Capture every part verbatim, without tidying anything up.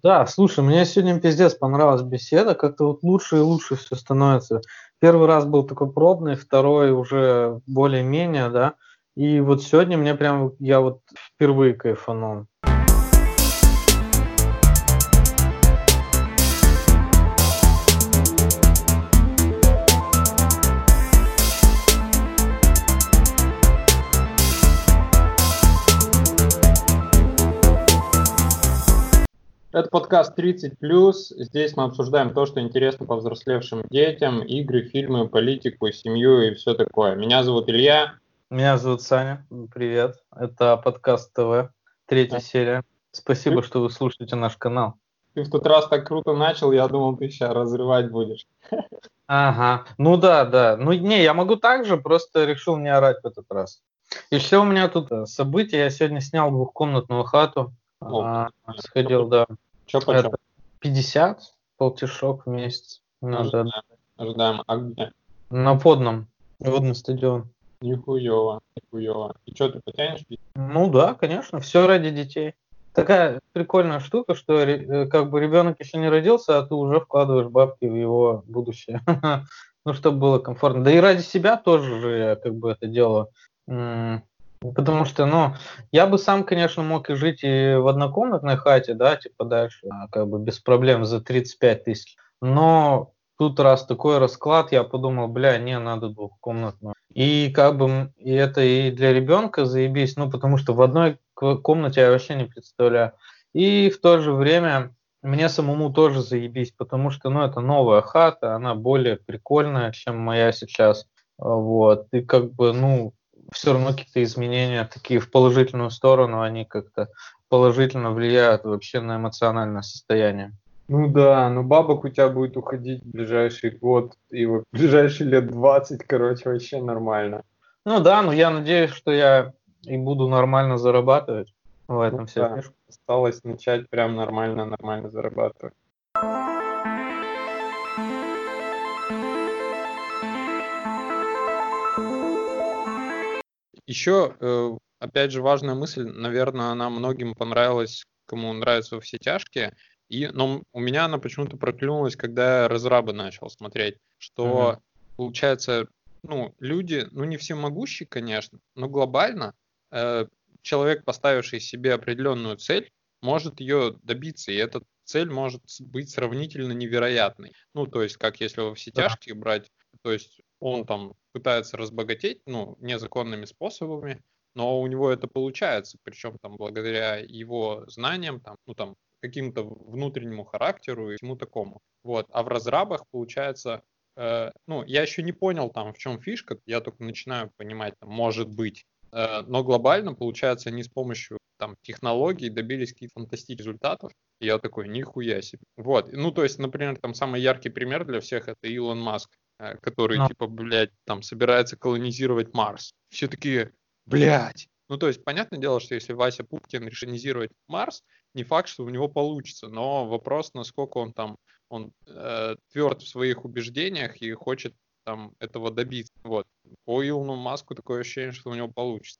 Да, слушай, мне сегодня пиздец понравилась беседа, как-то вот лучше и лучше все становится. Первый раз был такой пробный, второй уже более-менее, да. И вот сегодня мне прям, я вот впервые кайфанул. Это подкаст тридцать плюс. Здесь мы обсуждаем то, что интересно повзрослевшим детям, игры, фильмы, политику, семью и все такое. Меня зовут Илья. Меня зовут Саня, привет. Это подкаст ТВ, третья серия. Спасибо, Ты, что вы слушаете наш канал. ты в тот раз так круто начал, я думал, ты сейчас разрывать будешь. Ага, ну да, да. Ну не, я могу так же, просто решил не орать в этот раз. Еще у меня тут э, события. Я сегодня снял двухкомнатную хату. О, А, Сходил, да. Че почем? Это пятьдесят полтишок в месяц. Надо Ожидаем, ожидаем. А где? на Подном, водный стадион. Нихуево, нихуево. И что, ты потянешь? Ну да, конечно, все ради детей. Такая прикольная штука, что ре- э, как бы ребенок еще не родился, а ты уже вкладываешь бабки в его будущее. Ну, чтобы было комфортно. Да и ради себя тоже же я как бы это делаю. М, Потому что, ну, я бы сам, конечно, мог и жить и в однокомнатной хате, да, типа дальше, а, как бы без проблем за тридцать пять тысяч. Но тут раз такой расклад, я подумал, бля, не, надо двухкомнатную. И как бы м, и это и для ребенка заебись, ну, потому что в одной к- комнате я вообще не представляю. И в то же время мне самому тоже заебись, потому что, ну, это новая хата, она более прикольная, чем моя сейчас. А, Вот. И как бы, ну, все равно какие-то изменения такие в положительную сторону, они как-то положительно влияют вообще на эмоциональное состояние. Ну да, но бабок у тебя будет уходить в ближайший год и в ближайшие лет двадцать, короче, вообще нормально. Ну да, но я надеюсь, что я и буду нормально зарабатывать. В Ну этом вся да, фишка. осталось начать прям нормально, нормально зарабатывать. Еще, э, опять же, важная мысль, наверное, она многим понравилась, кому нравятся во все тяжкие. И, но у меня она почему-то проклюнулась, когда я разрабы начал смотреть, Мгм. что получается, ну, люди, ну, не всемогущие, конечно, но глобально э, человек, поставивший себе определенную цель, может ее добиться, и эта цель может с- быть сравнительно невероятной. Ну, то есть, как если во все Да. тяжкие брать, то есть он там пытается разбогатеть, ну, незаконными способами, но у него это получается, причем там благодаря его знаниям, там, ну, там, каким-то внутреннему характеру и всему такому. Вот. А в разрабах получается, э, ну, я еще не понял там, в чем фишка, я только начинаю понимать, там, может быть, э, но глобально, получается, они с помощью там технологий добились каких-то фантастических результатов, и я такой, нихуя себе. Вот. Ну, то есть, например, там самый яркий пример для всех это Илон Маск, э, который, Ну, типа, блядь, там собирается колонизировать Марс. Все такие, блядь. Ну, то есть, понятное дело, что если Вася Пупкин решит колонизировать Марс, не факт, что у него получится, но вопрос, насколько он там, он э, тверд в своих убеждениях и хочет там этого добиться. Вот. По Илону Маску такое ощущение, что у него получится.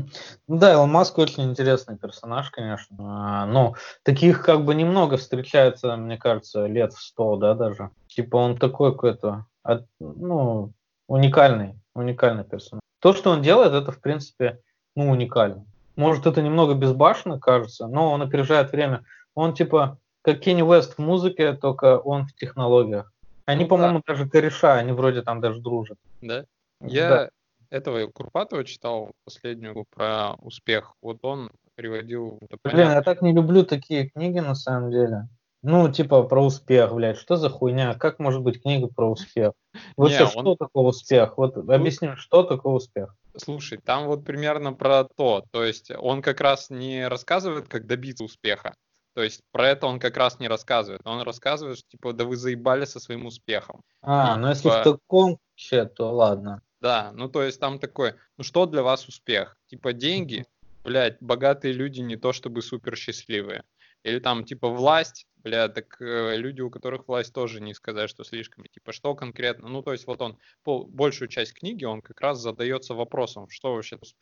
ну да, Илон Маск очень интересный персонаж, конечно. А, Ну, таких как бы немного встречается, мне кажется, лет в сто, да, даже. Типа он такой какой-то, от- ну, уникальный, уникальный персонаж. То, что он делает, это, в принципе, ну, уникально. Может, это немного безбашенно кажется, но он опережает время. Он типа как Кенни Уэст в музыке, только он в технологиях. Они, Ну да, по-моему, даже кореша, они вроде там даже дружат. да. Да. Я этого Курпатова читал последнюю про успех. Вот он приводил, это Блин, понятно. я так не люблю такие книги на самом деле. Ну, типа про успех, блядь. Что за хуйня? Как может быть книга про успех? Не, Вообще, он что такое успех? Вот тут, объясни, что такое успех? слушай, там вот примерно про то. То есть он как раз не рассказывает, как добиться успеха. То есть про это он как раз не рассказывает. Он рассказывает, что типа, да вы заебали со своим успехом. А, И ну если в типа, таком ключе, то ладно. да, ну то есть там такой, ну что для вас успех? Типа деньги, блядь, богатые люди не то чтобы супер счастливые. Или там типа власть, бля, так э, люди, у которых власть тоже не сказать, что слишком. Типа что конкретно? Ну то есть вот он пол, большую часть книги, он как раз задается вопросом, что вообще успех,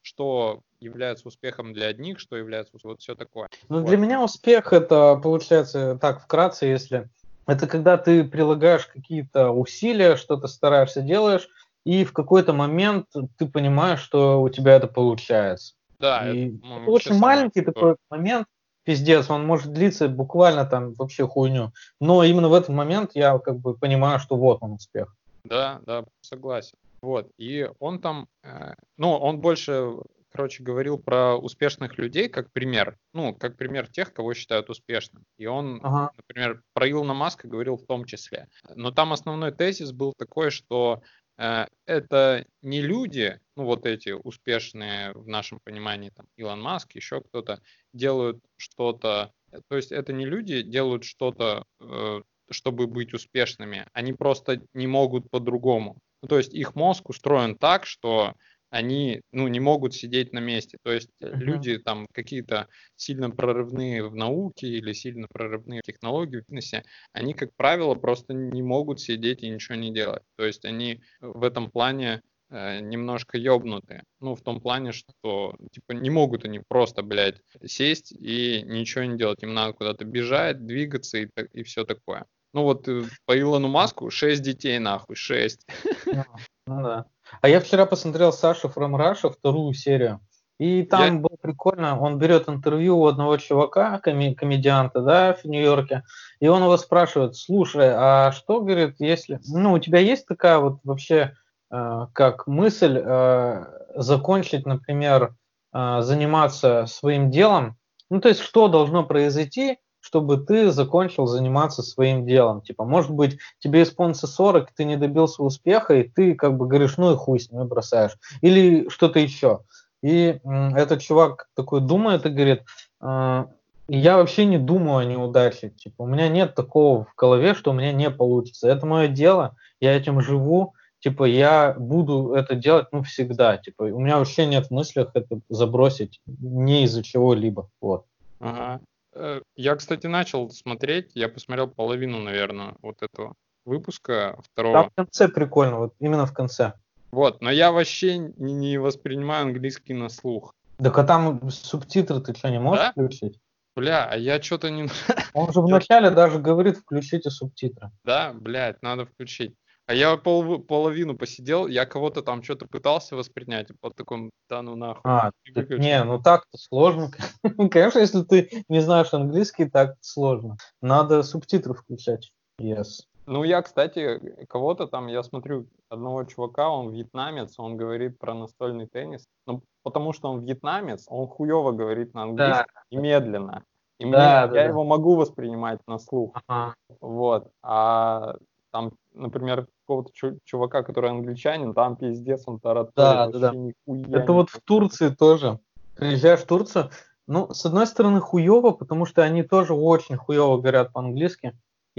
что является успехом для одних, что является успехом, вот все такое. Ну, Вот. для меня успех это получается так вкратце, если это когда ты прилагаешь какие-то усилия, что-то стараешься, делаешь, и в какой-то момент ты понимаешь, что у тебя это получается. Да, это, И ну, это вообще очень согласен маленький тоже. такой момент, пиздец, он может длиться буквально там вообще хуйню. Но именно в этот момент я как бы понимаю, что вот он успех. Да, да, согласен. Вот, и он там, э, ну, он больше, короче, говорил про успешных людей как пример, ну, как пример тех, кого считают успешным. И он, Ага. например, про Илона Маска говорил в том числе. Но там основной тезис был такой, что э, это не люди, ну, вот эти успешные в нашем понимании, там, Илон Маск, еще кто-то, делают что-то, то есть это не люди делают что-то, э, чтобы быть успешными, они просто не могут по-другому. Ну, то есть их мозг устроен так, что они, ну, не могут сидеть на месте. То есть э, Мгм. люди там какие-то сильно прорывные в науке или сильно прорывные в технологии, в бизнесе, они, как правило, просто не могут сидеть и ничего не делать. То есть они в этом плане э, немножко ёбнутые. Ну, в том плане, что типа не могут они просто, блядь, сесть и ничего не делать. Им надо куда-то бежать, двигаться и, так- и все такое. Ну вот э, по Илону Маску шесть детей нахуй, шесть. Ну, ну да. А я вчера посмотрел Сашу From Russia вторую серию, и Я, там было прикольно. Он берет интервью у одного чувака, коми- комедианта, да, в Нью-Йорке, и он его спрашивает: слушай, а что, говорит, если, ну, у тебя есть такая вот вообще э, как мысль э, закончить, например, э, заниматься своим делом? Ну, то есть, что должно произойти, чтобы ты закончил заниматься своим делом? Типа, может быть, тебе исполнится сорок, ты не добился успеха, и ты как бы говоришь, ну и хуй с ним, и бросаешь. Или что-то еще. И м, этот чувак такой думает и говорит: «А, я вообще не думаю о неудаче. Типа, у меня нет такого в голове, что у меня не получится. Это мое дело, я этим живу. Типа, я буду это делать, ну, всегда. Типа, у меня вообще нет в мыслях это забросить не из-за чего-либо. Вот. ага. Э, я, кстати, начал смотреть, я посмотрел половину, наверное, вот этого выпуска Там второго. в конце прикольно, вот именно в конце. Вот, но я вообще не не воспринимаю английский на слух. Так а там субтитры ты что, не можешь Да? включить? Бля, а я что-то не... Он же я- вначале даже говорит: включите субтитры. Да, блядь, надо включить. А я пол, половину посидел, я кого-то там что-то пытался воспринять, и по такому, да ну нахуй, А, и так выключил. не, ну так-то сложно. Конечно, если ты не знаешь английский, так сложно. Надо субтитры включать. Yes. Ну, я, кстати, кого-то там, я смотрю, одного чувака, он вьетнамец, он говорит про настольный теннис. Ну, потому что он вьетнамец, он хуево говорит на Да, английском и медленно. И мне, да, да, я да. его могу воспринимать на слух. Ага. Вот. А там, например, какого-то чу- чувака, который англичанин, там пиздец, он тараторит, Да, да, да. вообще нихуя Это не вот в понятно. Турции тоже. Приезжаешь в Турцию, ну, с одной стороны, хуево, потому что они тоже очень хуево говорят по-английски.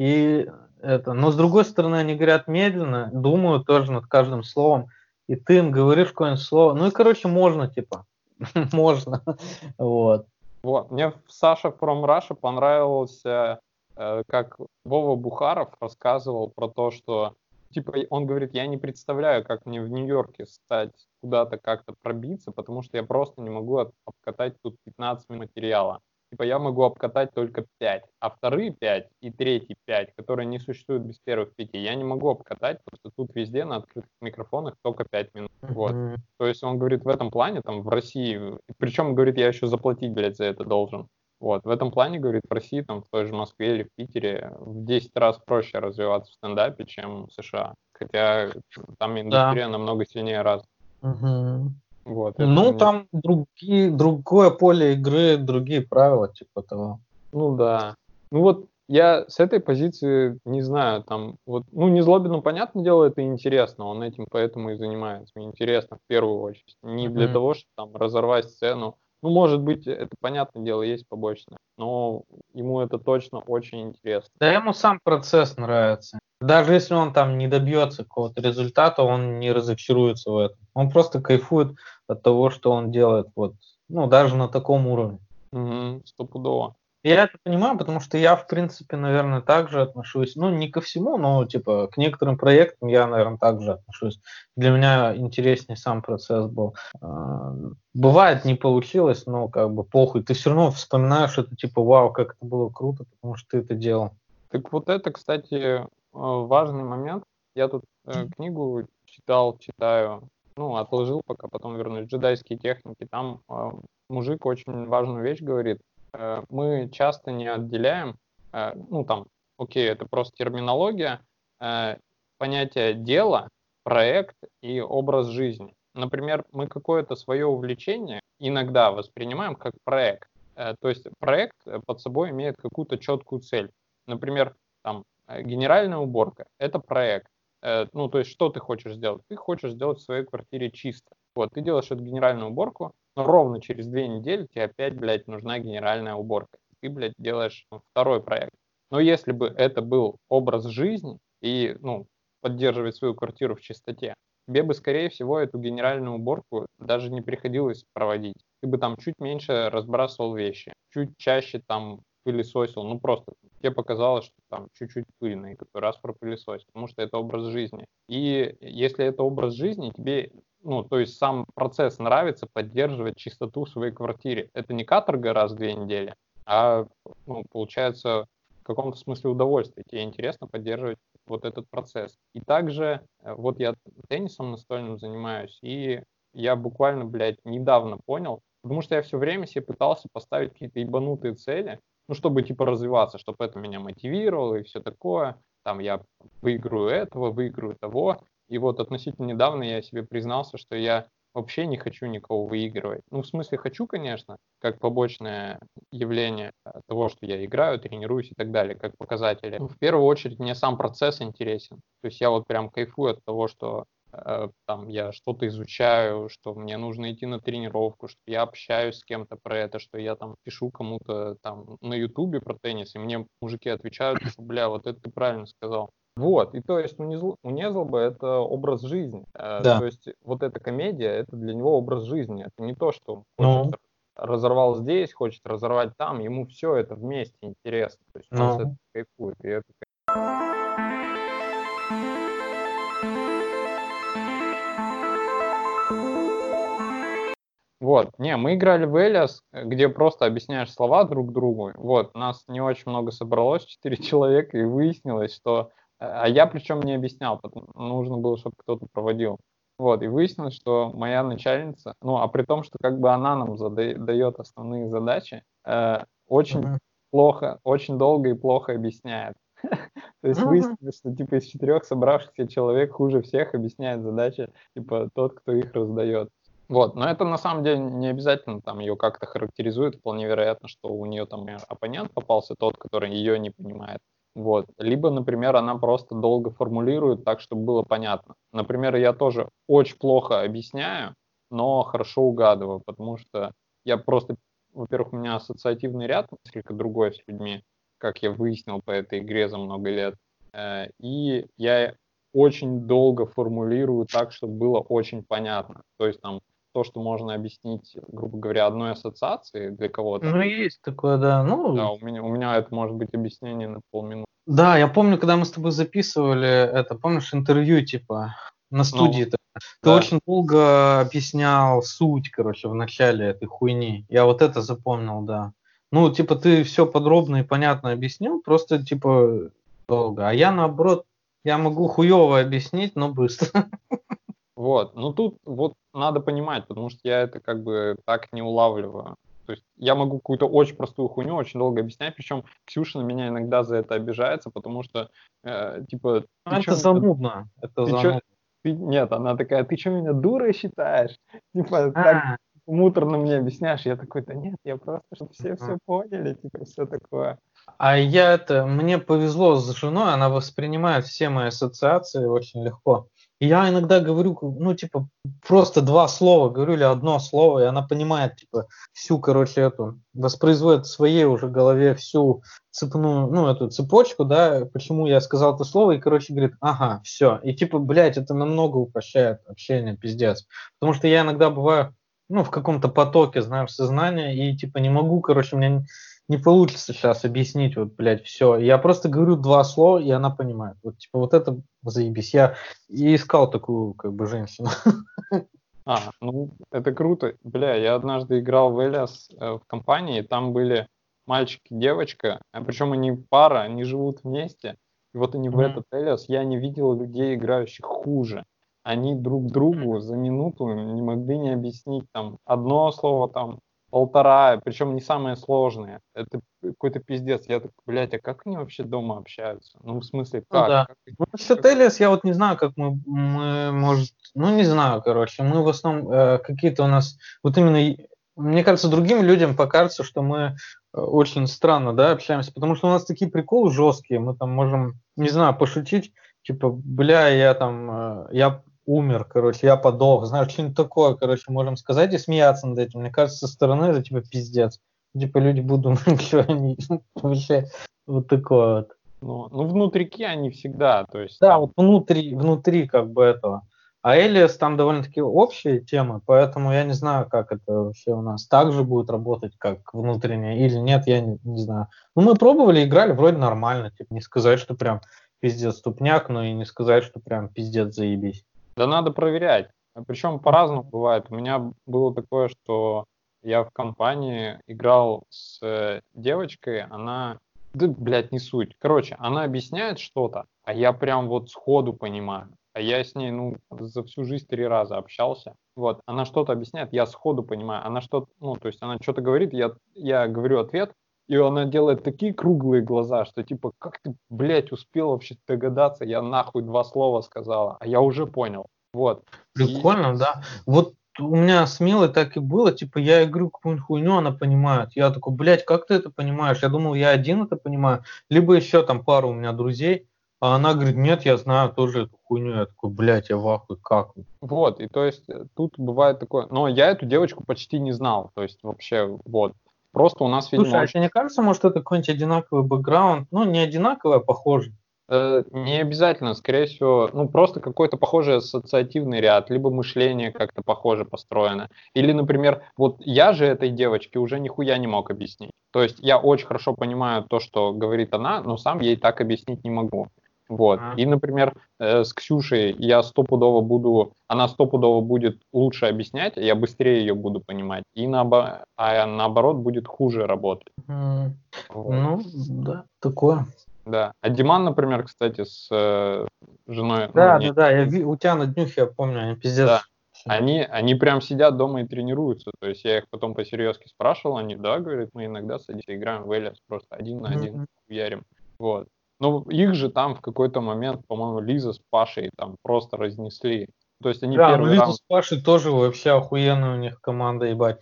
И это, но с другой стороны, они говорят медленно, думают тоже над каждым словом. И ты им говоришь какое-нибудь слово. Ну и, короче, можно, типа. Можно. Вот. Вот. Мне в Саша from Russia понравился, э, как Вова Бухаров рассказывал про то, что, типа, он говорит, я не представляю, как мне в Нью-Йорке стать куда-то как-то пробиться, потому что я просто не могу от- обкатать тут пятнадцать минут материала. Типа, я могу обкатать только пять, а вторые пять и третий пять, которые не существуют без первых пяти, я не могу обкатать, потому что тут везде на открытых микрофонах только пять минут. Вот. Мгм. То есть он говорит, в этом плане, там, в России, причем, говорит, я еще заплатить, блядь, за это должен. Вот, в этом плане, говорит, в России, там, в той же Москве или в Питере в десять раз проще развиваться в стендапе, чем в США. Хотя там Да. индустрия намного сильнее раз. Мгм. Вот, это Ну, мне... там другие, другое поле игры, другие правила, типа того. Ну да. Ну вот я с этой позиции не знаю, там, вот, ну, Незлобину, понятное дело, это интересно, он этим поэтому и занимается. Мне интересно в первую очередь. Не для Мгм. того, чтобы там разорвать сцену. Ну, может быть, это, понятное дело, есть побочное, но ему это точно очень интересно. Да ему сам процесс нравится. Даже если он там не добьется какого-то результата, он не разочаруется в этом. Он просто кайфует от того, что он делает. Вот, ну, даже на таком уровне. Мгм, стопудово. Я это понимаю, потому что я, в принципе, наверное, также отношусь, ну, не ко всему, но, типа, к некоторым проектам я, наверное, также отношусь. Для меня интереснее сам процесс был. А, Бывает, не получилось, но как бы похуй. Ты все равно вспоминаешь это, типа, вау, как это было круто, потому что ты это делал. Так вот это, кстати, э, важный момент. Я тут э, книгу читал, читаю, ну, отложил пока, потом вернусь. «Джедайские техники». Там э, мужик очень важную вещь говорит. Э, мы часто не отделяем, э, ну, там, окей, это просто терминология, э, понятие дела, проект и образ жизни. Например, мы какое-то свое увлечение иногда воспринимаем как проект. Э, то есть проект э, под собой имеет какую-то четкую цель. Например, там, э, генеральная уборка– это проект. Э, ну, то есть, что ты хочешь сделать? Ты хочешь сделать в своей квартире чисто. Вот, ты делаешь эту генеральную уборку, но ровно через две недели тебе опять, блядь, нужна генеральная уборка. Ты, блядь, делаешь ну, второй проект. Но если бы это был образ жизни и, ну, поддерживать свою квартиру в чистоте, тебе бы, скорее всего, эту генеральную уборку даже не приходилось проводить. Ты бы там чуть меньше разбрасывал вещи, чуть чаще там пылесосил, ну просто тебе показалось, что там чуть-чуть пыльно, и такой раз пропылесосил, потому что это образ жизни. И если это образ жизни, тебе, ну, то есть сам процесс нравится поддерживать чистоту в своей квартире. Это не каторга раз в две недели, а, ну, получается, в каком-то смысле удовольствие. Тебе интересно поддерживать вот этот процесс. И также э, вот я теннисом настольным занимаюсь, и я буквально, блядь, недавно понял, потому что я все время себе пытался поставить какие-то ебанутые цели, ну, чтобы, типа, развиваться, чтобы это меня мотивировало и все такое. Там я выиграю этого, выиграю того. И вот относительно недавно я себе признался, что я вообще не хочу никого выигрывать. Ну, в смысле, хочу, конечно, как побочное явление того, что я играю, тренируюсь и так далее, как показатели. Но в первую очередь мне сам процесс интересен. То есть я вот прям кайфую от того, что э, там я что-то изучаю, что мне нужно идти на тренировку, что я общаюсь с кем-то про это, что я там пишу кому-то там на ютубе про теннис, и мне мужики отвечают, что, бля, вот это ты правильно сказал. Вот, и то есть у, Незл, у Незлоба это образ жизни. Э, Да. то есть вот эта комедия, это для него образ жизни. Это не то, что он хочет Ну, разорвал здесь, хочет разорвать там, ему все это вместе интересно. То есть он с этого ну. кайфует. И это Вот, не, мы играли в Элиас, где просто объясняешь слова друг другу. Вот, нас не очень много собралось, четыре человека, и выяснилось, что... А я причем не объяснял, потому нужно было, чтобы кто-то проводил. Вот, и выяснилось, что моя начальница, ну, а при том, что как бы она нам зада- дает основные задачи, э, очень Мгм. плохо, очень долго и плохо объясняет. То есть Мгм. выяснилось, что типа из четырех собравшихся человек хуже всех объясняет задачи, типа тот, кто их раздает. Вот, но это на самом деле не обязательно там ее как-то характеризует, вполне вероятно, что у нее там оппонент попался, тот, который ее не понимает. Вот. Либо, например, она просто долго формулирует так, чтобы было понятно. Например, я тоже очень плохо объясняю, но хорошо угадываю, потому что я просто, во-первых, у меня ассоциативный ряд несколько другой с людьми, как я выяснил по этой игре за много лет. Э, И я очень долго формулирую так, чтобы было очень понятно. То есть там то, что можно объяснить, грубо говоря, одной ассоциацией для кого-то. Ну, есть такое, да. Да, Ну, у меня, у меня это может быть объяснение на полминуты. да, я помню, когда мы с тобой записывали это, помнишь, интервью, типа, на Ну, студии-то, ты да. очень долго объяснял суть, короче, в начале этой хуйни. Я вот это запомнил, да. Ну, типа, ты все подробно и понятно объяснил, просто, типа, долго. А я, наоборот, я могу хуево объяснить, но быстро. Вот. Ну тут вот надо понимать, потому что я это как бы так не улавливаю. То есть я могу какую-то очень простую хуйню очень долго объяснять, причем Ксюша на меня иногда за это обижается, потому что, э, типа, ты Это что меня занудно, это Ты чё? занудно. Ты... Нет, она такая, ты что, меня дурой считаешь? Типа, так А, муторно мне объясняешь. Я такой, да нет, я просто, чтобы все м. все поняли, типа, все такое. А я это, мне повезло с женой, она воспринимает все мои ассоциации очень легко. И я иногда говорю, ну, типа, просто два слова говорю или одно слово, и она понимает, типа, всю, короче, эту, воспроизводит в своей уже голове всю цепную, ну, эту цепочку, да, почему я сказал это слово, и, короче, говорит, ага, все. И, типа, блядь, это намного упрощает общение, пиздец. Потому что я иногда бываю, ну, в каком-то потоке, знаешь, сознания, и, типа, не могу, короче, у меня не получится сейчас объяснить, вот, блядь, все. Я просто говорю два слова, и она понимает. Вот, типа, вот это заебись. Я и искал такую, как бы, женщину. А, ну, это круто. Бля, я однажды играл в Элиас э, в компании, и там были мальчик и девочка, а причем они пара, они живут вместе. И вот они в Мгм. этот Элиас, я не видел людей, играющих хуже. Они друг другу за минуту не могли не объяснить там одно слово, там полтора, причем не самое сложное. Это какой-то пиздец. Я так, блядь, а как они вообще дома общаются? Ну, в смысле, Ну как? да. Как, Ну, насчет как- Элиас я вот не знаю, как мы, мы, может, ну, не знаю, короче, мы в основном э, какие-то у нас, вот именно, и- мне кажется, другим людям покажется, что мы э, очень странно, да, общаемся, потому что у нас такие приколы жесткие, мы там можем, не знаю, пошутить, типа, бля, я там, э, я умер, короче, я подох, знаешь, что-нибудь такое, короче, можем сказать и смеяться над этим. Мне кажется, со стороны это, типа, пиздец. Типа, люди будут думать, что они вообще вот такое вот. ну, ну, внутрики они всегда, то есть Да, там. вот внутри, внутри как бы этого. А Элиас там довольно-таки общие темы, поэтому я не знаю, как это вообще у нас так же будет работать, как внутреннее, или нет, я не, не знаю. Ну, мы пробовали, играли вроде нормально, типа не сказать, что прям пиздец тупняк, но и не сказать, что прям пиздец заебись. Да надо проверять. Причем по-разному бывает. У меня было такое, что я в компании играл с э, девочкой, она, да, блядь, не суть. Короче, она объясняет что-то, а я прям вот сходу понимаю. А я с ней, ну, за всю жизнь три раза общался. Вот, она что-то объясняет, я сходу понимаю. Она что-то, ну, то есть она что-то говорит, я, я говорю ответ, и она делает такие круглые глаза, что типа, как ты, блядь, успел вообще догадаться? Я нахуй два слова сказала, а я уже понял. Вот. И Прикольно, да. Вот у меня с Милой так и было, типа я ей говорю какую-нибудь хуйню, она понимает. Я такой, блядь, как ты это понимаешь? Я думал, я один это понимаю, либо еще там пару у меня друзей, а она говорит, нет, я знаю тоже эту хуйню. Я такой, блядь, я в ахуе, как? вот, и то есть э, тут бывает такое. Но я эту девочку почти не знал. То есть вообще, вот. Просто у нас, видимо, Слушай, а очень. тебе не кажется, может, это какой-нибудь одинаковый бэкграунд? Ну, не одинаковый, а похожий. Э, не обязательно, скорее всего, ну просто какой-то похожий ассоциативный ряд, либо мышление как-то похоже построено. Или, например, вот я же этой девочке уже нихуя не мог объяснить. То есть я очень хорошо понимаю то, что говорит она, но сам ей так объяснить не могу. Вот. А. И, например, э, с Ксюшей я стопудово буду, она стопудово будет лучше объяснять, а я быстрее ее буду понимать. И наобо- а наоборот будет хуже работать. М, Вот. Ну, да, такое. Да. А Диман, например, кстати, с э, женой, ну, Да, не, да, да, я ви- у тебя на днюхе, я помню, они да, пиздец. они, они прям сидят дома и тренируются. То есть я их потом по-серьезки спрашивал, они, да, говорят, мы иногда садимся, играем в Элиас просто один на один, Мгм. хуярим. Вот. Ну, их же там в какой-то момент, по-моему, Лиза с Пашей там просто разнесли. То есть они Да, ну первый Лиза раунд. с Пашей тоже вообще охуенная у них команда, ебать.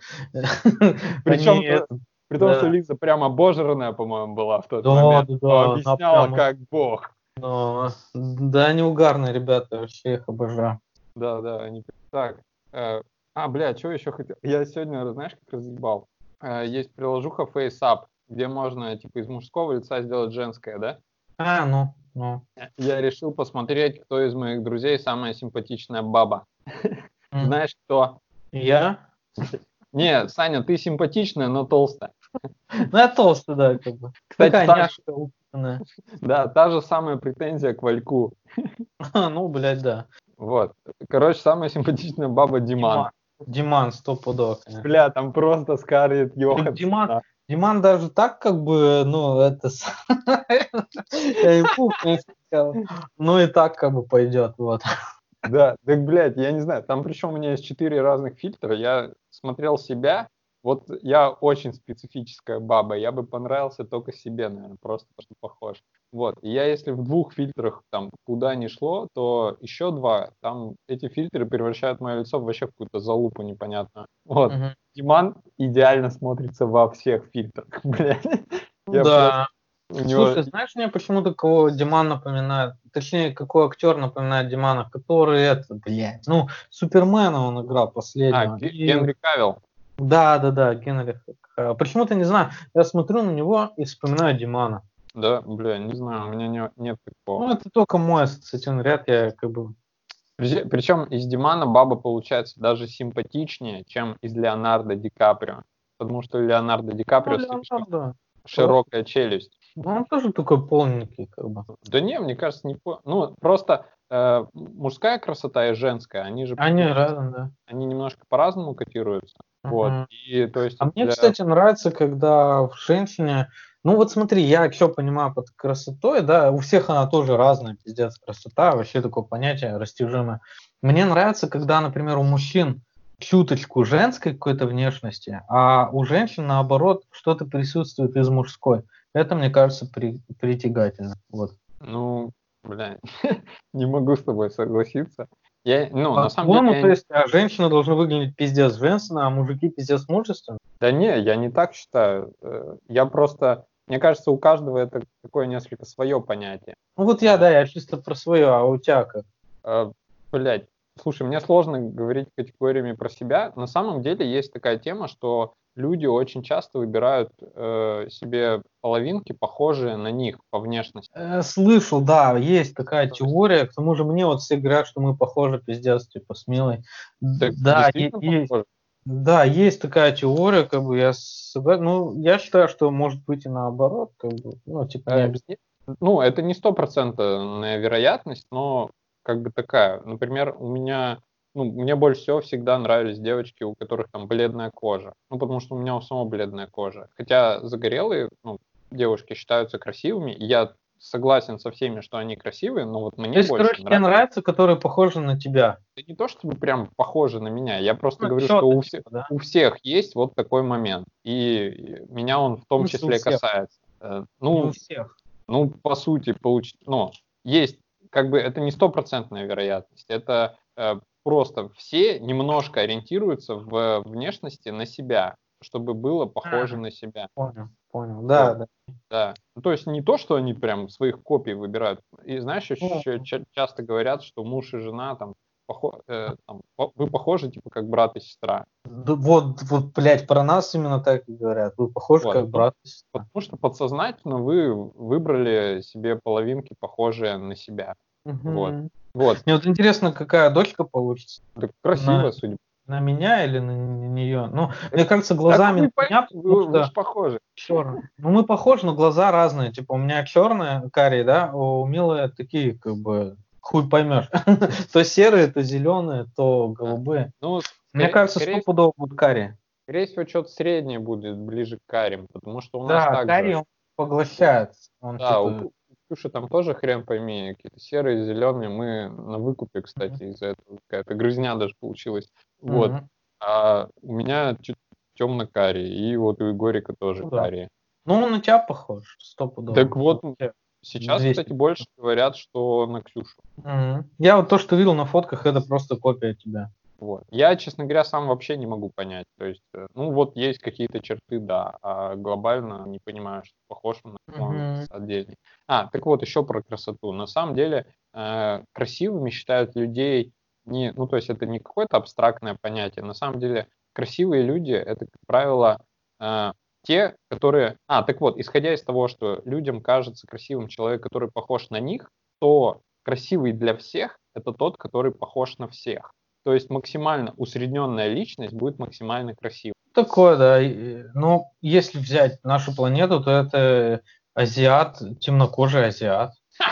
Они Причем, это, при том, что да, Лиза прям обожранная, по-моему, была в тот да, момент, да, но да, она объясняла прям, как бог. ну, да, они угарные ребята, вообще их обожаю. Да, да, они так. э, а, бля, что еще хотел? Я сегодня, знаешь, как разъебал? Э, есть приложуха FaceApp, где можно, типа, из мужского лица сделать женское, да? А, ну, ну. Я решил посмотреть, кто из моих друзей самая симпатичная баба. М. Знаешь, кто? Я? Не, Саня, ты симпатичная, но толстая. Ну, я толстый, да, как бы. Кстати, Такая та же, няшка упитанная. да, та же самая претензия к Вальку. Ну, блядь, да. Вот. Короче, самая симпатичная баба Диман. Диман. Диман, стопудово, конечно. Бля, там просто Скарлетт Так Диман, Йоханссон. Диман даже так, как бы, ну, это... с- Я и пукнул, сказал. Ну, и так, как бы, пойдет, вот. Да, так, блядь, я не знаю, там причем у меня есть четыре разных фильтра, я смотрел себя, вот я очень специфическая баба, я бы понравился только себе, наверное, просто потому что похож. Вот, и я если в двух фильтрах там куда ни шло, то еще два, там эти фильтры превращают мое лицо в вообще в какую-то залупу непонятную. Вот, Мгм. Диман идеально смотрится во всех фильтрах, блядь. Ну Я просто, да. у него, Слушай, знаешь, мне почему-то кого Диман напоминает, точнее, какой актер напоминает Димана, который это, блядь, ну, Супермена он играл а, последнего. Ге- И Генри Кавилл, да, да, да, Генри. Х- Почему-то не знаю, я смотрю на него и вспоминаю Димана. да, бля, не знаю, у меня не- нет такого. Ну, это только мой ассоциативный ряд, я как бы... Причем из Димана баба получается даже симпатичнее, чем из Леонардо Ди Каприо. Потому что Леонардо Ди Ну, Каприо слишком, Леонардо. широкая челюсть. Ну, он тоже такой полненький, как бы. Да не, мне кажется, не по... Ну, просто э, мужская красота и женская, они же Они практически- разные, да. они немножко по-разному котируются. Вот. Мгм. И то есть А мне, для- кстати, нравится, когда в женщине... Ну вот смотри, я все понимаю под красотой, да, у всех она тоже разная, пиздец, красота, вообще такое понятие растяжимое. Мне нравится, когда, например, у мужчин чуточку женской какой-то внешности, а у женщин, наоборот, что-то присутствует из мужской. Это, мне кажется, при- притягательно. Вот. Ну, бля, не могу с тобой согласиться. Я, ну, на самом деле, По-твоему, я то не- есть, а женщины должны выглядеть пиздец женственно, а мужики пиздец мужественно? да не, я не так считаю. Э, Я просто, мне кажется, у каждого это такое несколько свое понятие. Ну вот я, А, да, я чисто про свое, а у тебя как? э, Блядь, слушай, мне сложно говорить категориями про себя. На самом деле есть такая тема, что люди очень часто выбирают э, себе половинки, похожие на них по внешности. Э, слышал, да, есть такая То есть, теория. К тому же мне вот все говорят, что мы похожи, пиздец, типа, с Милой. так Да, е- действительно есть, похожи. да, есть такая теория, как бы я согла- ну, я считаю, что может быть и наоборот, как бы, ну, типа, не Э, обязательно. не- Ну, это не стопроцентная вероятность, но как бы такая. Например, у меня, ну, мне больше всего всегда нравились девочки, у которых там бледная кожа. Ну, потому что у меня у самого бледная кожа. Хотя загорелые, ну, девушки считаются красивыми, и я согласен со всеми, что они красивые, но вот То мне есть, больше короче, тебе нравится. нравятся, которые похожи на тебя. Это не то, чтобы прям похожи на меня, я просто Ну, говорю, что чё-то, у всех, типа, да? у всех есть вот такой момент, и меня он в В том смысле у числе всех? касается. Э, Не у Ну, всех. ну, по сути, получ... ну, есть, как бы, это не стопроцентная вероятность, это э, просто все немножко ориентируются в внешности на себя, чтобы было похоже А, на себя. понял, понял, Вот, да, да. да. Ну, то есть не то, что они прям своих копий выбирают. И знаешь, Ну, еще ча- часто говорят, что муж и жена там, похо- э, там, по- вы похожи, типа, как брат и сестра. да вот, вот, блядь, про нас именно так и говорят. Вы похожи, Вот. как Ну, брат и сестра. потому что подсознательно вы выбрали себе половинки, похожие на себя. Вот. Мгм. Вот. Мне вот интересно, какая дочка получится. Так На, красивая, судя на меня или на нее? Ну, по мне кажется, Так глазами хуй на пойми, меня, потому вы, вы ж что похожи. черные. Ну, мы похожи, но глаза разные. Типа, у меня черные, карие, да, а у Милы такие, как бы, хуй поймешь. То серые, то зеленые, то А, голубые. Ну, Мне скорее, кажется, скорее, стопудово будут карие. скорее всего, что-то среднее будет ближе к карим, потому что у нас Да, также, карий он поглощает. Он да, у типа... Ку- у Ксюши там тоже хрен пойми, какие-то серые, зеленые, мы на выкупе, кстати, из-за этого какая-то грызня даже получилась. Вот. Мгм. А у меня чуть темно-карие, и вот у Егорика тоже Ну да. карие. Ну, он на тебя похож, Так стопудово. вот, Вообще, сейчас, двести. кстати, больше говорят, что на Ксюшу. Мгм. Я вот то, что видел на фотках, это просто копия тебя. Вот. Я, честно говоря, сам вообще не могу понять. То есть, э, ну вот есть какие-то черты, да, а глобально не понимаю, что похож он на он Мгм. отдельный. А, так вот, еще про красоту. На самом деле, э, красивыми считают людей не, ну то есть это не какое-то абстрактное понятие. На самом деле, красивые люди это, как правило, э, те, которые... А, так вот, исходя из того, что людям кажется красивым человек, который похож на них, то красивый для всех это тот, который похож на всех. То есть максимально усредненная личность будет максимально красивой. Такое, да. И, ну, если взять нашу планету, то это азиат, темнокожий азиат.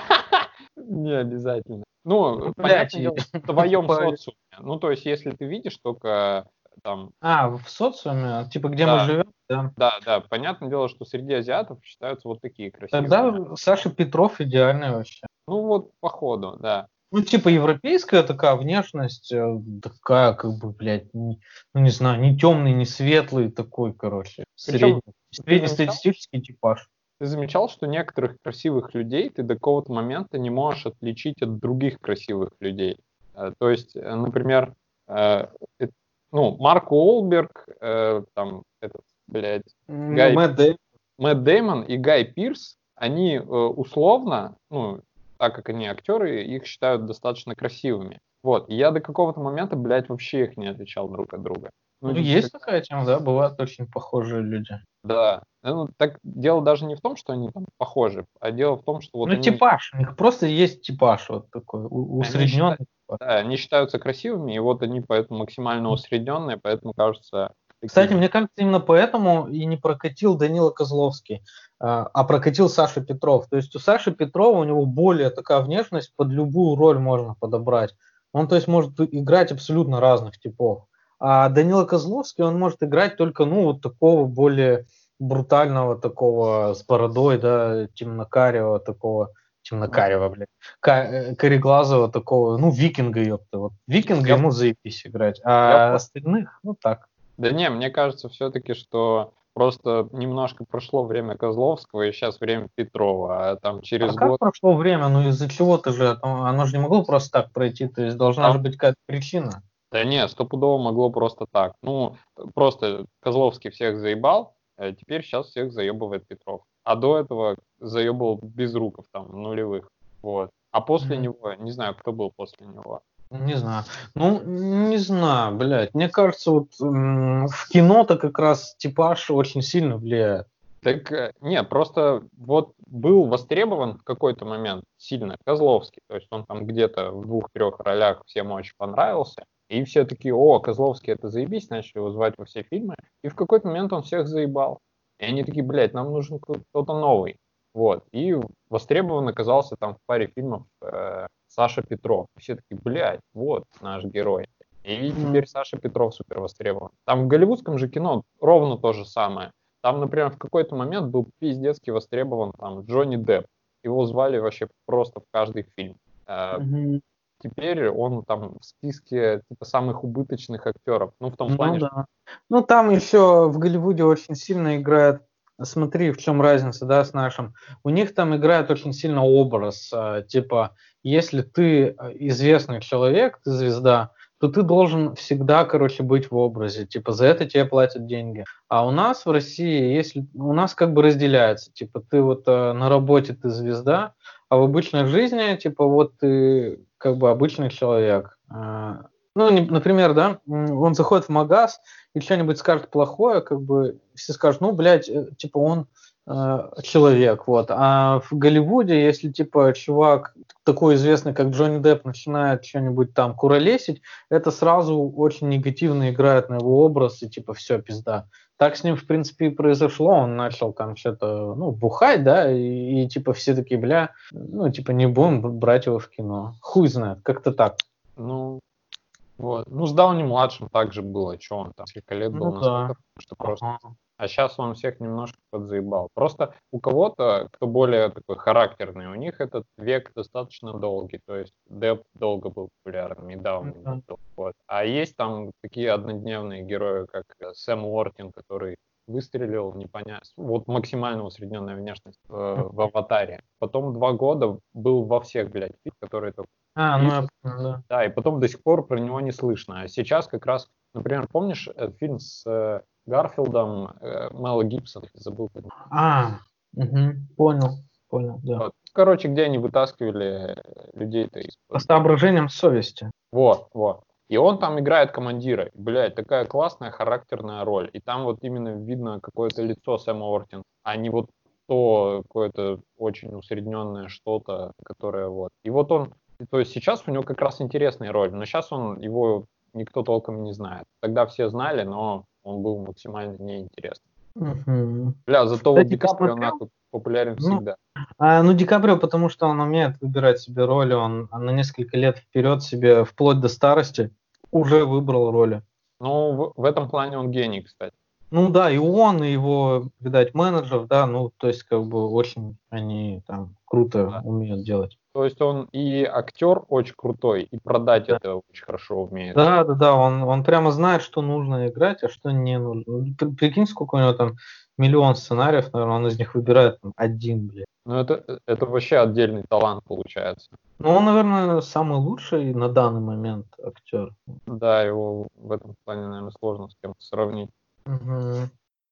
Не обязательно. Ну, Ну, блядь, понятное и- дело, в твоем по- социуме. Ну, то есть, если ты видишь только там, а, в социуме, типа, где мы да, живем, да. да, да, понятное дело, что среди азиатов считаются вот такие красивыми. Тогда Саша Петров идеальный вообще. Ну, вот, походу, да. Ну, типа, европейская такая внешность, э, такая, как бы, блядь, не- ну, не знаю, не темный, не светлый, такой, короче, Причем, средний, ты замечал, среднестатистический типаж. ты замечал, что некоторых красивых людей ты до какого-то момента не можешь отличить от других красивых людей. Э, То есть, э, например, э, э, ну, Марк Уолберг, э, там, этот, блядь, Ну, Гай, Мэтт Дэймон. Мэтт Дэймон и Гай Пирс, они э, условно, ну, так как они актеры, их считают достаточно красивыми. Вот, и я до какого-то момента, блядь, вообще их не отличал друг от друга. Ну, Ну, типа, есть как- такая тема, да, бывают очень похожие люди. да. Ну, так дело даже не в том, что они там похожи, а дело в том, что вот Ну, они типаж, у них просто есть типаж вот такой, у- Они, счита- усредненный типаж. да, они считаются красивыми, и вот они поэтому максимально усредненные, поэтому кажутся Кстати, мне кажется, именно поэтому и не прокатил Данила Козловский, а а прокатил Саша Петров. То есть у Саши Петрова, у него более такая внешность, под любую роль можно подобрать. Он, то есть, может играть абсолютно разных типов. А Данила Козловский, он может играть только, ну, вот такого более брутального, такого с бородой, да, темнокарего такого, темнокарего, блядь, ка- кореглазого такого, ну, викинга, ёпта. Вот викинга Я, ему заебись играть, я а остальных, ну, так. Да не, мне кажется все-таки, что просто немножко прошло время Козловского, и сейчас время Петрова, а там А через как год... прошло время? Ну из-за чего-то же, это- оно же не могло просто так пройти, то есть должна Там, же быть какая-то причина. да не, стопудово могло просто так. Ну, просто Козловский всех заебал, а теперь сейчас всех заебывает Петров. А до этого заебывал Безруков, там, нулевых. Вот. А после Мгм. него, не знаю, кто был после него. Не знаю. Ну, не знаю, блядь. Мне кажется, вот м, в кино-то как раз типаж очень сильно влияет. Так, э, не, просто вот был востребован в какой-то момент сильно Козловский, то есть он там где-то в двух-трех ролях всем очень понравился, и все такие, о, Козловский это заебись, начали его звать во все фильмы, и в какой-то момент он всех заебал. И они такие, блядь, нам нужен кто-то новый. Вот, и востребован оказался там в паре фильмов э, Саша Петров. Все такие, блядь, вот наш герой. И М, теперь Саша Петров супер востребован. Там в голливудском же кино ровно то же самое. Там, например, в какой-то момент был пиздецки востребован там Джонни Депп. Его звали вообще просто в каждый фильм. Э, мгм. Теперь он там в списке типа самых убыточных актеров. Ну, в том Ну плане, что... да. Ну там еще в Голливуде очень сильно играет. Смотри, в чем разница, да, с нашим. У них там играет очень сильно образ. а, Типа, если ты а, известный человек, ты звезда, то ты должен всегда, короче, быть в образе. Типа, за это тебе платят деньги. А у нас в России, если у нас как бы разделяется. Типа, ты вот э, на работе ты звезда, а в обычной жизни, типа, вот ты как бы обычный человек. А, ну, не- например, да, м, он заходит в магаз и что-нибудь скажет плохое, как бы все скажут, ну, блядь, э, типа он э, человек, вот. А в Голливуде, если, типа, чувак такой известный, как Джонни Депп, начинает что-нибудь там куролесить, это сразу очень негативно играет на его образ, и, типа, все, пизда. Так с ним, в принципе, и произошло, он начал там что-то, ну, бухать, да, и, и, типа, все такие, бля, ну, типа, не будем брать его в кино. Хуй знает, как-то так. Ну, вот. Ну, с Дауни-младшим также было, что он там несколько лет был Ну настолько, да. что просто... Ага. А сейчас он всех немножко подзаебал. Просто у кого-то, кто более такой характерный, у них этот век достаточно долгий. То есть Депп долго был популярным, и Дауни был Да. долго. Вот. А есть там такие однодневные герои, как э, Сэм Уортин, который выстрелил, непонятно, вот максимально усредненная внешность э, в «Аватаре». Потом два года был во всех, блядь, фильмах, которые только... А, ну И, я понял, да. да, и потом до сих пор про него не слышно. А сейчас как раз, например, помнишь э, фильм с э, Гарфилдом, э, Мела Гибсона, забыл. как- А, мгм, понял, понял, да. Вот. Короче, где они вытаскивали э, людей-то По из-под... соображениям совести. Вот, вот. И он там играет командира. Блядь, такая классная характерная роль. И там вот именно видно какое-то лицо Сэма Уортина, а не вот то какое-то очень усредненное что-то, которое вот. И вот он, то есть сейчас у него как раз интересная роль, но сейчас он, его никто толком не знает. Тогда все знали, но он был максимально неинтересный. Мгм. Бля, зато вот Кстати, Ди Каприо посмотрел? нахуй популярен Ну, всегда. а, ну, Ди Каприо, потому что он умеет выбирать себе роли, он на несколько лет вперед себе, вплоть до старости, уже выбрал роли. Ну, в, в этом плане он гений, кстати. Ну да, и он, и его, видать, менеджер, да, ну, то есть, как бы, очень они там круто Да. умеют делать. То есть он и актер очень крутой, и продать Да. это очень хорошо умеет. Да, да, да, он, он прямо знает, что нужно играть, а что не нужно. Ну, при- Прикинь, сколько у него там миллион сценариев, наверное, он из них выбирает там, один, блин. Ну, это, это вообще отдельный талант получается. Ну, он, наверное, самый лучший на данный момент актер. Да, его в этом плане, наверное, сложно с кем-то сравнить. Мгм.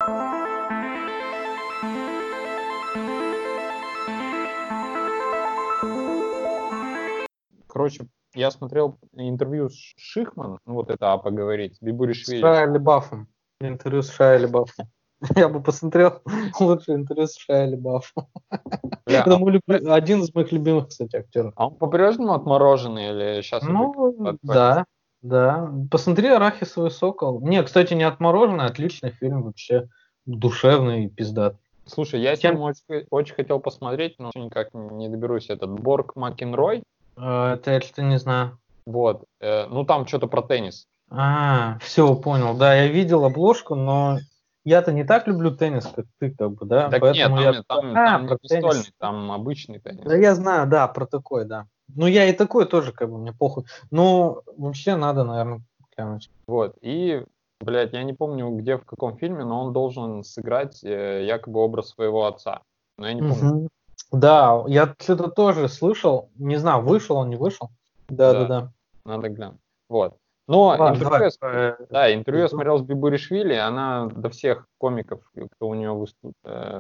Короче, я смотрел интервью с Шихман, ну, вот это «А поговорить», с С Бибуришвили. Шайа Лебафом. Интервью с Шайа Лебафом. Я бы посмотрел лучшее интервью с Шайа Лебафом. Бля, Это а, мой люби- один из моих любимых, кстати, актеров. а он по-прежнему отмороженный или сейчас уже Ну, подходит? да. Да, посмотри «Арахисовый сокол». Не, кстати, не отмороженный, отличный фильм вообще, душевный и пиздатый. Слушай, я с Чем ним очень, очень хотел посмотреть, но никак не доберусь. Этот Борг Макенрой, э, это я что-то не знаю. вот, э, ну там что-то про теннис. А, все, понял. Да, я видел обложку, но я-то не так люблю теннис, как ты, как бы, да, Так нет, поэтому там, я... не- там, А, там не про теннис. настольный, там обычный Да теннис. я знаю, да, про такой, да. Ну, я и такой тоже, как бы, мне похуй. Ну, вообще надо, наверное, глянуть. Вот, и, блядь, я не помню, где, в каком фильме, но он должен сыграть э, якобы образ своего отца. Но я не помню. Мгм. Да, я что-то тоже слышал, не знаю, вышел он, не вышел. Да, Да-да-да. надо глянуть. Вот. Но Ладно, интервью, давай. я с- э, да, интервью я пизду. смотрел с Бибуришвили, она до всех комиков, кто у нее выступит,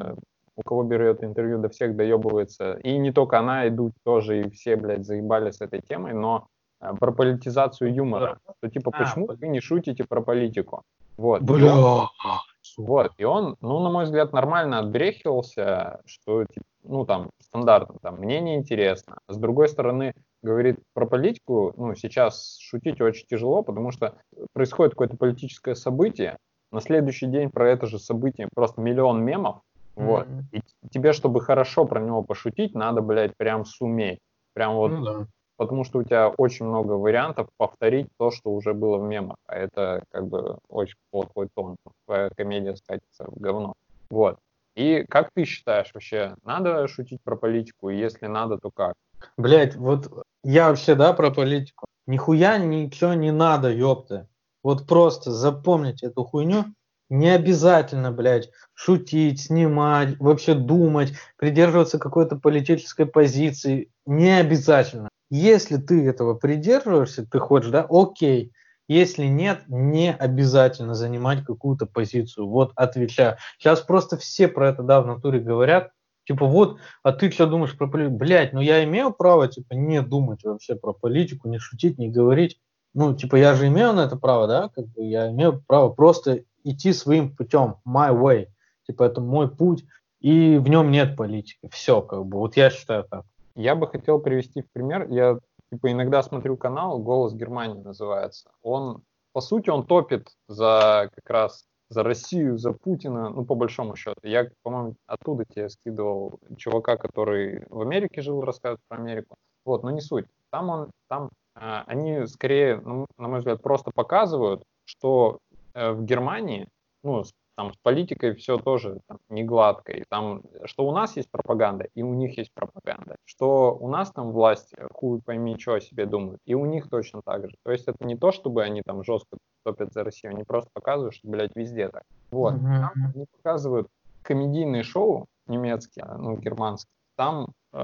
у кого берет интервью, до всех доебывается. И не только она, идут тоже, и все, блядь, заебали с этой темой, но э, про политизацию юмора. Что типа, А, почему вы блин. не шутите про политику? Вот. И он Бля, Вот, сука. и он, ну, на мой взгляд, нормально отбрехивался, что, типа, ну, там, стандартно, там, мне неинтересно. С другой стороны, говорит, про политику, ну, сейчас шутить очень тяжело, потому что происходит какое-то политическое событие, на следующий день про это же событие просто миллион мемов, вот, М, и тебе, чтобы хорошо про него пошутить, надо, блядь, прям суметь, прям вот, Ну да. потому что у тебя очень много вариантов повторить то, что уже было в мемах, а это как бы очень плохой тон. Твоя комедия скатится в говно. Вот. И как ты считаешь вообще, надо шутить про политику? И если надо, то как? Блять, вот я вообще, да, про политику. Нихуя ничего не надо, ёпта. Вот просто запомните эту хуйню. Не обязательно, блядь, шутить, снимать, вообще думать, придерживаться какой-то политической позиции. Не обязательно. Если ты этого придерживаешься, ты хочешь, да, окей. Если нет, не обязательно занимать какую-то позицию. Вот отвечаю. Сейчас просто все про это, да, в натуре говорят. Типа вот, а ты что думаешь про политику? Блядь, ну я имею право, типа, не думать вообще про политику, не шутить, не говорить. Ну, типа, я же имею на это право, да? Как бы я имею право просто идти своим путем, my way. Типа, это мой путь, и в нем нет политики. Все, как бы, вот я считаю так. Я бы хотел привести в пример. Я типа иногда смотрю канал «Голос Германии» называется. Он, по сути, он топит за как раз за Россию, за Путина, ну, по большому счету. Я, по-моему, оттуда тебе скидывал чувака, который в Америке жил, рассказывает про Америку. Вот, но не суть. Там он, там э, они скорее, ну, на мой взгляд, просто показывают, что э, в Германии, ну, с- там с политикой все тоже там, не гладко. И там, что у нас есть пропаганда, и у них есть пропаганда. Что у нас там власть, э, хуй пойми, что о себе думают, и у них точно так же. То есть это не то, чтобы они там жестко топят за Россию, они просто показывают, что, блядь, везде так. Вот. Там Мгм. они показывают комедийные шоу немецкие, ну, германские. Там э,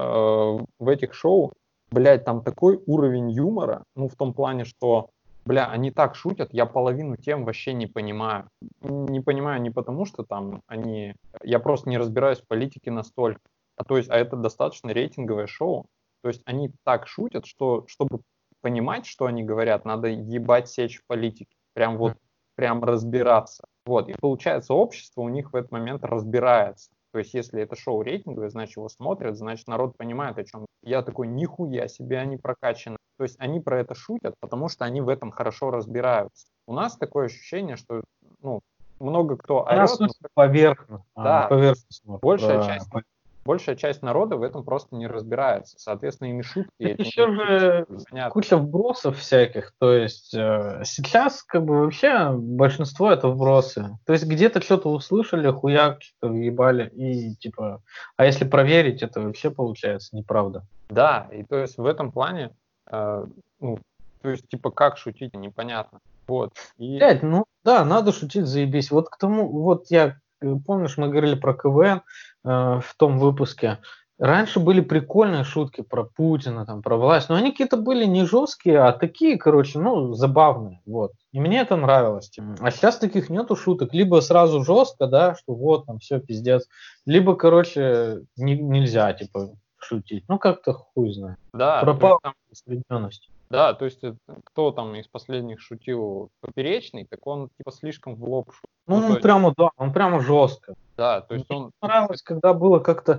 в этих шоу, блядь, там такой уровень юмора, ну, в том плане, что бля, они так шутят, я половину тем вообще не понимаю. Не понимаю не потому, что там они... Я просто не разбираюсь в политике настолько. А то есть, а это достаточно рейтинговое шоу. То есть они так шутят, что чтобы понимать, что они говорят, надо ебать сечь в политике. Прям вот, прям разбираться. Вот. И получается, общество у них в этот момент разбирается. То есть, если это шоу рейтинговое, значит, его смотрят, значит, народ понимает, о чем. Я такой, нихуя себе, они прокачаны. То есть, они про это шутят, потому что они в этом хорошо разбираются. У нас такое ощущение, что, ну, много кто У нас орет, но суть поверхностно, а, да, поверхностно. большая Про... часть, большая часть народа в этом просто не разбирается. Соответственно, ими шутки Так эти не еще же понятны. куча вбросов всяких. То есть э, сейчас как бы вообще большинство это вбросы. То есть где-то что-то услышали, хуяк, что-то въебали, и типа, а если проверить, это вообще получается неправда. Да, и то есть в этом плане, э, ну, то есть типа как шутить, непонятно. Вот. И Блядь, ну да, надо шутить, заебись. Вот к тому, вот я, э, помнишь, мы говорили про КВН э, в том выпуске. Раньше были прикольные шутки про Путина, там, про власть, но они какие-то были не жесткие, а такие, короче, ну, забавные, вот. И мне это нравилось. Типа. А сейчас таких нету шуток. Либо сразу жестко, да, что вот, там, все, пиздец. Либо, короче, не- нельзя, типа, шутить. Ну, как-то хуй знает. да, то есть Пропала там осведомленность. да, то есть э, кто там из последних шутил Поперечный, так он типа слишком в лоб шутит. Ну, Ну, то он есть, прямо, да, он прямо жестко. да, то Мне есть он, типа, понравилось, когда было как-то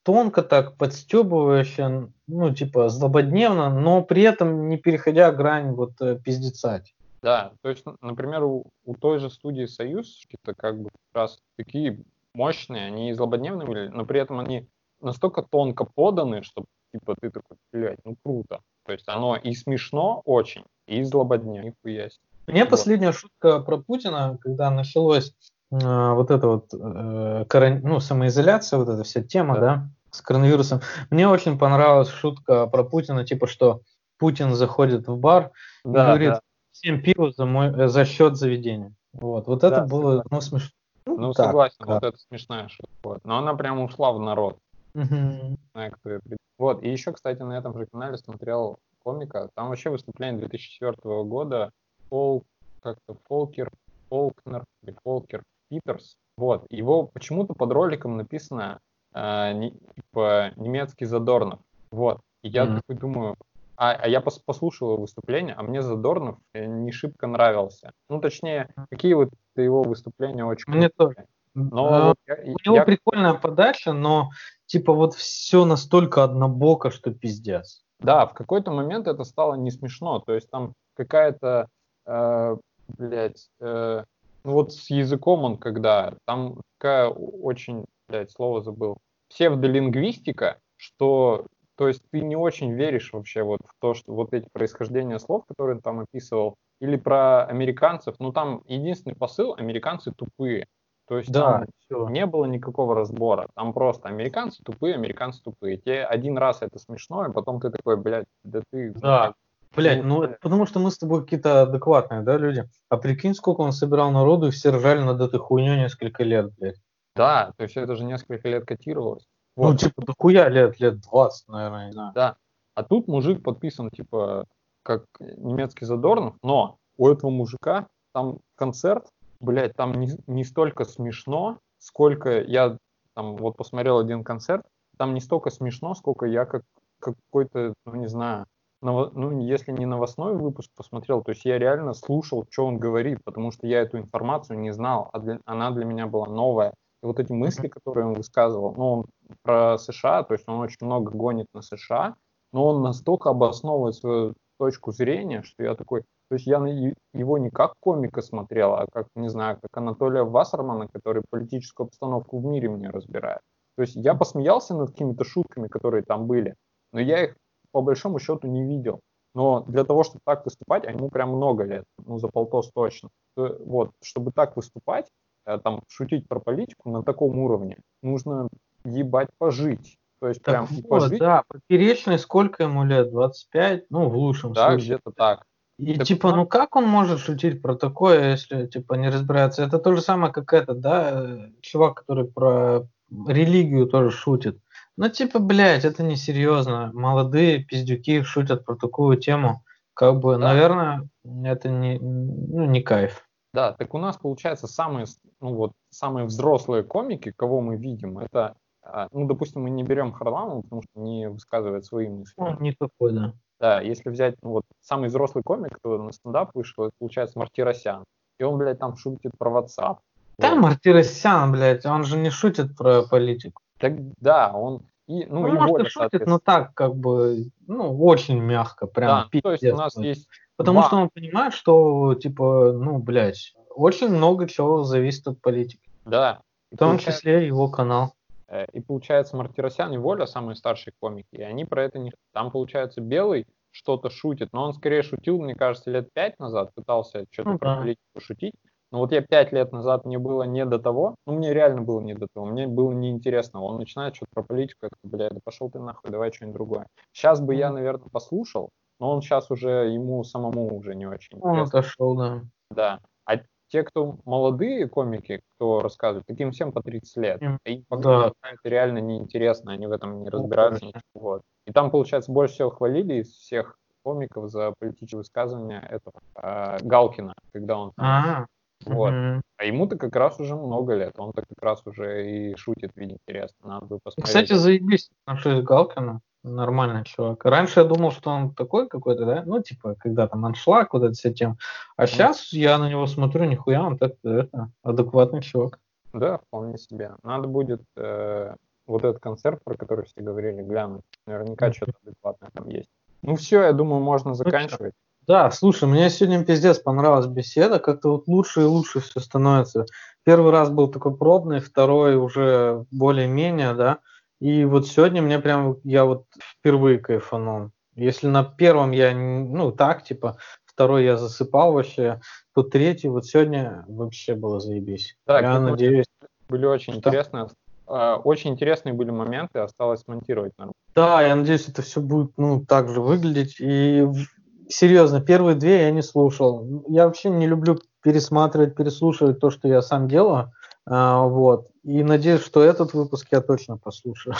тонко так, подстебывающе, ну, типа, злободневно, но при этом не переходя грань вот э, пиздецать. Да, то есть, н- например, у, у той же студии «Союз» это как бы как раз такие мощные, они и злободневные были, но при этом они настолько тонко поданы, что типа ты такой, блядь, ну круто. То есть оно и смешно очень, и злободневно, нихуя себе. Мне Вот. последняя шутка про Путина, когда началась э, вот эта вот э, корон- ну, самоизоляция, вот эта вся тема, Да, да, с коронавирусом. Мне очень понравилась шутка про Путина, типа, что Путин заходит в бар и да, говорит: да, всем пиво за, мой, э, за счет заведения. Вот, вот это да, было, согласен. ну, смешно. Ну, Ну, так. согласен, как. вот это смешная шутка. Вот. Но она прям ушла в народ. Мгм. Знаю, кто её прид- Вот, и еще, кстати, на этом же канале смотрел комика. Там вообще выступление две тысячи четвёртого года. Фол, как-то Фолкер, Фолкнер или Фолкер Питерс. Вот, его почему-то под роликом написано э, не- типа немецкий Задорнов. Вот, и я М. такой думаю, а, а я пос- послушал его выступление, а мне Задорнов э, не шибко нравился. Ну, точнее, какие вот его выступления очень Мне тоже. крутые. М, Но а, вот я, У него я прикольная подача, но типа вот все настолько однобоко, что пиздец. Да, в какой-то момент это стало не смешно. То есть там какая-то, э, блядь, э, ну вот с языком он когда, там такая о- очень, блядь, слово забыл, псевдолингвистика, что, то есть ты не очень веришь вообще вот в то, что вот эти происхождения слов, которые он там описывал, или про американцев, ну там единственный посыл, американцы тупые. То есть Да, там все. не было никакого разбора. Там просто американцы тупые, американцы тупые. Тебе один раз это смешно, и потом ты такой, блядь, да ты, ну как, Да. Блять, ну, ну это потому что мы с тобой какие-то адекватные, да, люди. А прикинь, сколько он собирал народу, и все ржали над этой хуйней несколько лет, блядь. да, то есть это же несколько лет котировалось. Ну, Вот, а типа, тут, дохуя лет, лет двадцать, наверное, не знаю. да, а тут мужик подписан, типа, как немецкий Задорнов, но у этого мужика там концерт, блядь, там не, не столько смешно, сколько я там вот посмотрел один концерт, там не столько смешно, сколько я как какой-то, ну не знаю, ново- ну если не новостной выпуск посмотрел, то есть я реально слушал, что он говорит, потому что я эту информацию не знал, а для- она для меня была новая. И вот эти мысли, которые он высказывал, ну он про США, то есть он очень много гонит на США, но он настолько обосновывает свою точку зрения, что я такой, то есть я на е- его не как комика смотрел, а как, не знаю, как Анатолия Вассермана, который политическую обстановку в мире мне разбирает. То есть я посмеялся над какими-то шутками, которые там были, но я их по большому счету не видел. Но для того, чтобы так выступать, а ему прям много лет, ну за полтос точно. То, вот, чтобы так выступать, э, там шутить про политику на таком уровне, нужно ебать пожить. То есть Так прям и вот, пожить, да, Поперечный сколько ему лет? двадцать пять, ну, в лучшем да, случае. где-то так. И Так у типа, нас, ну как он может шутить про такое, если типа не разбирается? Это то же самое, как этот, да, э, чувак, который про религию тоже шутит. Ну типа, блядь, это не серьезно. Молодые пиздюки шутят про такую тему. Как бы, да, наверное, это не, ну, не кайф. да, так у нас получается самые, с- ну вот, самые взрослые комики, кого мы видим, это, а, ну, допустим, мы не берем Харламова, потому что не высказывает свои мысли. Ну, никакой, да. Да, если взять, ну, вот, самый взрослый комик, кто на стендап вышел, это получается Мартиросян. И он, блядь, там шутит про WhatsApp. Да, Вот. Мартиросян, блядь, он же не шутит про политику. Так, да, он, и, ну, Ну, и может, и Воля, шутит, но соответственно. так, как бы, ну, очень мягко, прям Да, ну, то есть у пиздец. нас есть Потому два, что он понимает, что, типа, ну, блядь, очень много чего зависит от политики. да, и В том получается, числе его канал. э, и получается Мартиросян и Воля самые старшие комики, и они про это не... Там, получается, Белый что-то шутит, но он скорее шутил, мне кажется, лет пять назад, пытался что-то Ну про да. политику шутить, но вот я пять лет назад, мне было не до того, ну, мне реально было не до того, мне было неинтересно, он начинает что-то про политику, я такой, блядь, да пошел ты нахуй, давай что-нибудь другое. Сейчас бы я, Мгм. наверное, послушал, но он сейчас уже, ему самому уже не очень Он интересно. отошел, да. Да. А те, кто молодые комики, кто рассказывает, таким всем по тридцать лет. Им- И им, пока- Да, им это реально неинтересно, они в этом не ну, разбираются. точно. Ничего. Вот. И там, получается, больше всего хвалили из всех комиков за политические высказывания этого а, Галкина, когда он там. А, Вот. мгм. А ему-то как раз уже много лет. Он-то как раз уже и шутит, видит интересно. Надо бы посмотреть. Кстати, заебись отношусь к Галкину. Нормальный чувак. Раньше я думал, что он такой какой-то, да? Ну, типа, когда там аншлаг, вот эта вся тема. А Мгм. сейчас я на него смотрю, нихуя, он так, это, адекватный чувак. Да, вполне себе. Надо будет э, вот этот концерт, про который все говорили, глянуть. Наверняка что-то адекватное там есть. Ну все, я думаю, можно заканчивать. Да, слушай, мне сегодня пиздец понравилась беседа, как-то вот лучше и лучше все становится. Первый раз был такой пробный, второй уже более-менее, да, и вот сегодня мне прям, я вот впервые кайфанул. Если на первом я, ну, так, типа, второй я засыпал вообще, то третий вот сегодня вообще было заебись. Так, я ну, надеюсь... были очень что... интересные, э, очень интересные были моменты, осталось монтировать нормально. Да, я надеюсь, это все будет, ну, так же выглядеть. И серьезно, первые две я не слушал. Я вообще не люблю пересматривать, переслушивать то, что я сам делаю. А, вот. И надеюсь, что этот выпуск я точно послушаю.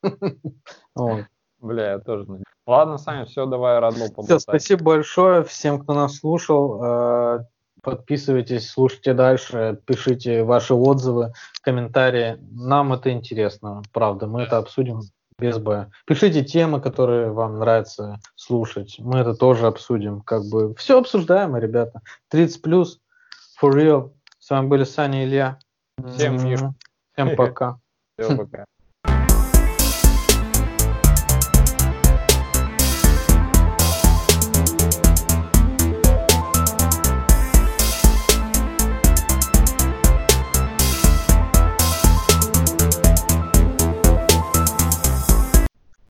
Бля, я тоже надеюсь. Ладно, Саня, все, давай, рад был поболтать. Все, спасибо большое всем, кто нас слушал. Подписывайтесь, слушайте дальше, пишите ваши отзывы, комментарии. Нам это интересно, правда, мы это обсудим без Б. Пишите темы, которые вам нравится слушать. Мы это тоже обсудим. Как бы все обсуждаемо, ребята. тридцать плюс, for real. С вами были Саня и Илья. Всем мир. Всем пока. Все, пока.